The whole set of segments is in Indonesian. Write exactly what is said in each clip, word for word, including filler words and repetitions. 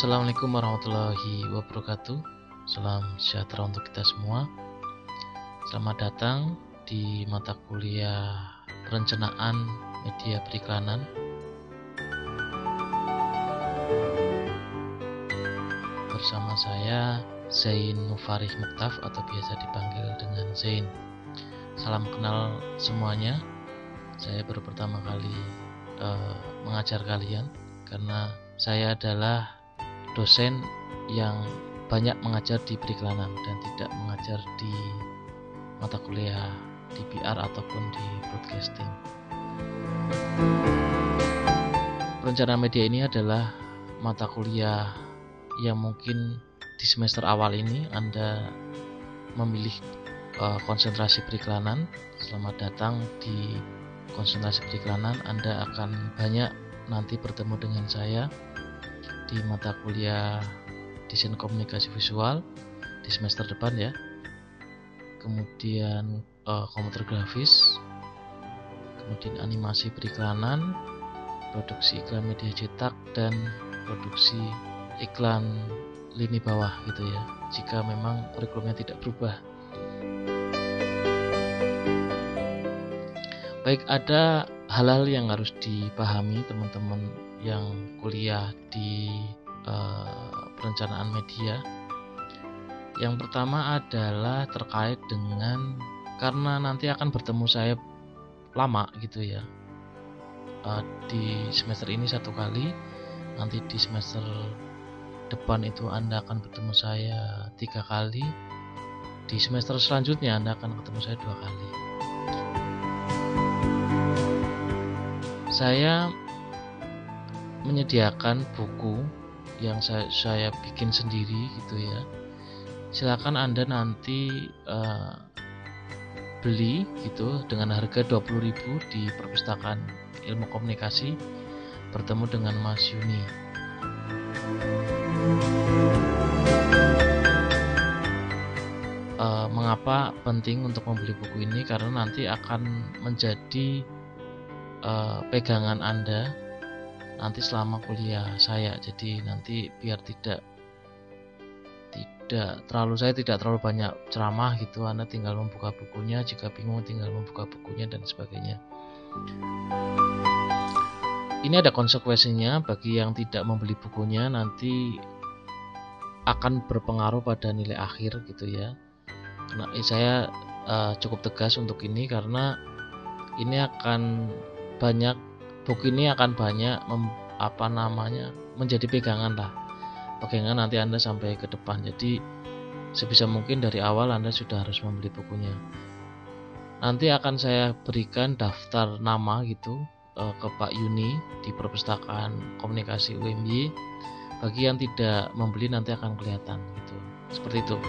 Assalamualaikum warahmatullahi wabarakatuh. Salam sejahtera untuk kita semua. Selamat datang di mata kuliah perencanaan media periklanan. Bersama saya Zain Nufarih Muktaf atau biasa dipanggil dengan Zain. Salam kenal semuanya. Saya baru pertama kali uh, mengajar kalian karena saya adalah dosen yang banyak mengajar di periklanan dan tidak mengajar di mata kuliah di P R ataupun di broadcasting. Perencanaan media ini adalah mata kuliah yang mungkin di semester awal ini Anda memilih uh, konsentrasi periklanan. Selamat datang di konsentrasi periklanan. Anda akan banyak nanti bertemu dengan saya di mata kuliah desain komunikasi visual di semester depan ya. Kemudian uh, komputer grafis, kemudian animasi periklanan, produksi iklan media cetak dan produksi iklan lini bawah gitu ya. Jika memang kurikulumnya tidak berubah. Baik, ada hal-hal yang harus dipahami teman-teman yang kuliah di uh, perencanaan media. Yang pertama adalah terkait dengan karena nanti akan bertemu saya lama gitu ya. Uh, di semester ini satu kali, nanti di semester depan itu Anda akan bertemu saya tiga kali. Di semester selanjutnya Anda akan ketemu saya dua kali. Saya menyediakan buku yang saya, saya bikin sendiri gitu ya. Silakan Anda nanti uh, beli gitu dengan harga dua puluh ribu di perpustakaan ilmu komunikasi, bertemu dengan Mas Yuni. Uh, mengapa penting untuk membeli buku ini? Karena nanti akan menjadi uh, pegangan Anda nanti selama kuliah saya. Jadi nanti biar tidak tidak terlalu saya tidak terlalu banyak ceramah gitu, Anda tinggal membuka bukunya, jika bingung tinggal membuka bukunya dan sebagainya. Ini ada konsekuensinya bagi yang tidak membeli bukunya, nanti akan berpengaruh pada nilai akhir gitu ya. Karena eh, saya uh, cukup tegas untuk ini karena ini akan banyak buku ini akan banyak mem, apa namanya menjadi pegangan lah, pegangan nanti Anda sampai ke depan. Jadi sebisa mungkin dari awal Anda sudah harus membeli bukunya. Nanti akan saya berikan daftar nama gitu eh, ke Pak Yuni di perpustakaan komunikasi U M Y. Bagi yang tidak membeli nanti akan kelihatan gitu, seperti itu.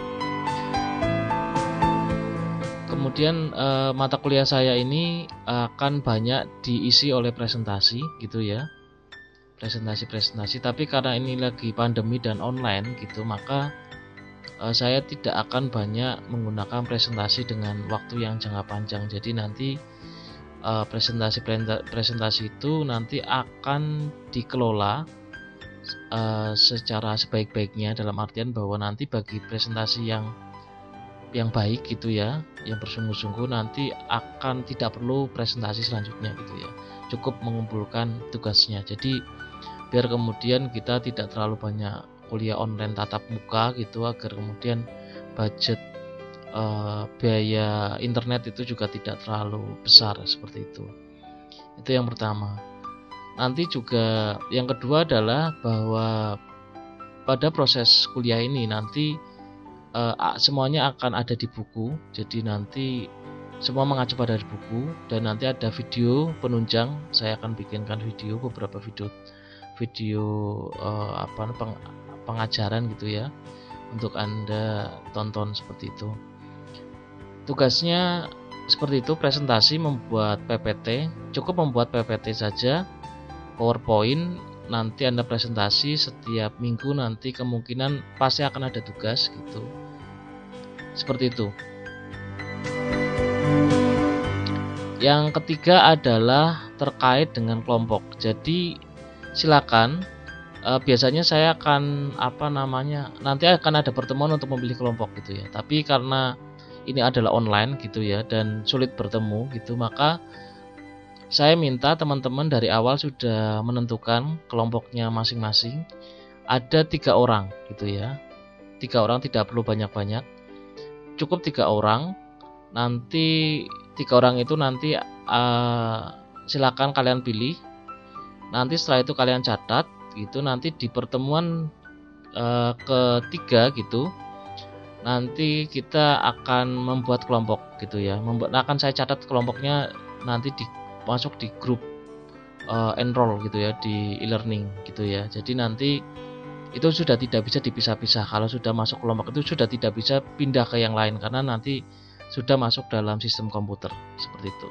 Kemudian eh, mata kuliah saya ini akan banyak diisi oleh presentasi gitu ya, presentasi-presentasi. Tapi karena ini lagi pandemi dan online gitu, maka eh, saya tidak akan banyak menggunakan presentasi dengan waktu yang jangka panjang. Jadi nanti eh, presentasi presentasi itu nanti akan dikelola eh, secara sebaik-baiknya, dalam artian bahwa nanti bagi presentasi yang yang baik gitu ya, yang bersungguh-sungguh, nanti akan tidak perlu presentasi selanjutnya gitu ya, cukup mengumpulkan tugasnya. Jadi biar kemudian kita tidak terlalu banyak kuliah online tatap muka gitu, agar kemudian budget eh, biaya internet itu juga tidak terlalu besar, seperti itu. Itu yang pertama. Nanti juga yang kedua adalah bahwa pada proses kuliah ini nanti Uh, semuanya akan ada di buku. Jadi nanti semua mengacu pada buku, dan nanti ada video penunjang. Saya akan bikinkan video, beberapa video video uh, apa peng, pengajaran gitu ya, untuk Anda tonton seperti itu. Tugasnya seperti itu, presentasi, membuat P P T. Cukup membuat P P T saja, PowerPoint. Nanti Anda presentasi setiap minggu, nanti kemungkinan pasti akan ada tugas gitu. Seperti itu. Yang ketiga adalah terkait dengan kelompok. Jadi silakan uh, biasanya saya akan apa namanya nanti akan ada pertemuan untuk memilih kelompok gitu ya. Tapi karena ini adalah online gitu ya dan sulit bertemu gitu, maka saya minta teman-teman dari awal sudah menentukan kelompoknya masing-masing. Ada tiga orang gitu ya. Tiga orang, tidak perlu banyak-banyak. Cukup tiga orang. Nanti tiga orang itu nanti uh, silakan kalian pilih. Nanti setelah itu kalian catat gitu. Nanti di pertemuan uh, ketiga gitu, nanti kita akan membuat kelompok gitu ya. Membuat akan saya catat kelompoknya nanti di masuk di grup uh, enroll gitu ya di e-learning gitu ya. Jadi nanti itu sudah tidak bisa dipisah-pisah. Kalau sudah masuk kelompok itu sudah tidak bisa pindah ke yang lain karena nanti sudah masuk dalam sistem komputer seperti itu.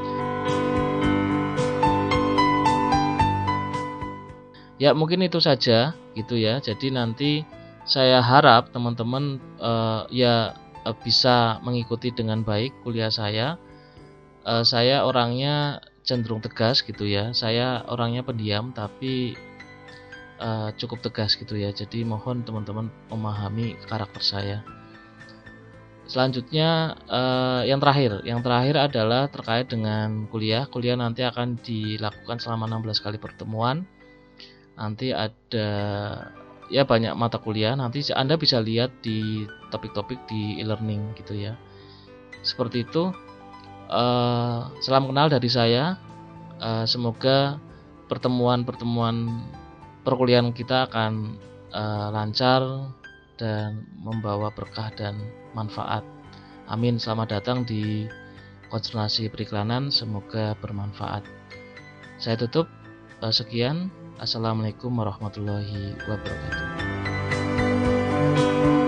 Ya mungkin itu saja gitu ya. Jadi nanti saya harap teman-teman uh, ya uh, bisa mengikuti dengan baik kuliah saya. Uh, saya orangnya cenderung tegas gitu ya. Saya orangnya pendiam tapi uh, cukup tegas gitu ya. Jadi mohon teman-teman memahami karakter saya. Selanjutnya uh, yang terakhir, yang terakhir adalah terkait dengan kuliah. Kuliah nanti akan dilakukan selama enam belas kali pertemuan. Nanti ada ya banyak mata kuliah. Nanti Anda bisa lihat di topik-topik di e-learning gitu ya. Seperti itu. Uh, salam kenal dari saya. Uh, semoga pertemuan-pertemuan perkuliahan kita akan uh, lancar dan membawa berkah dan manfaat. Amin. Selamat datang di konsentrasi periklanan. Semoga bermanfaat. Saya tutup. Uh, sekian. Assalamualaikum warahmatullahi wabarakatuh.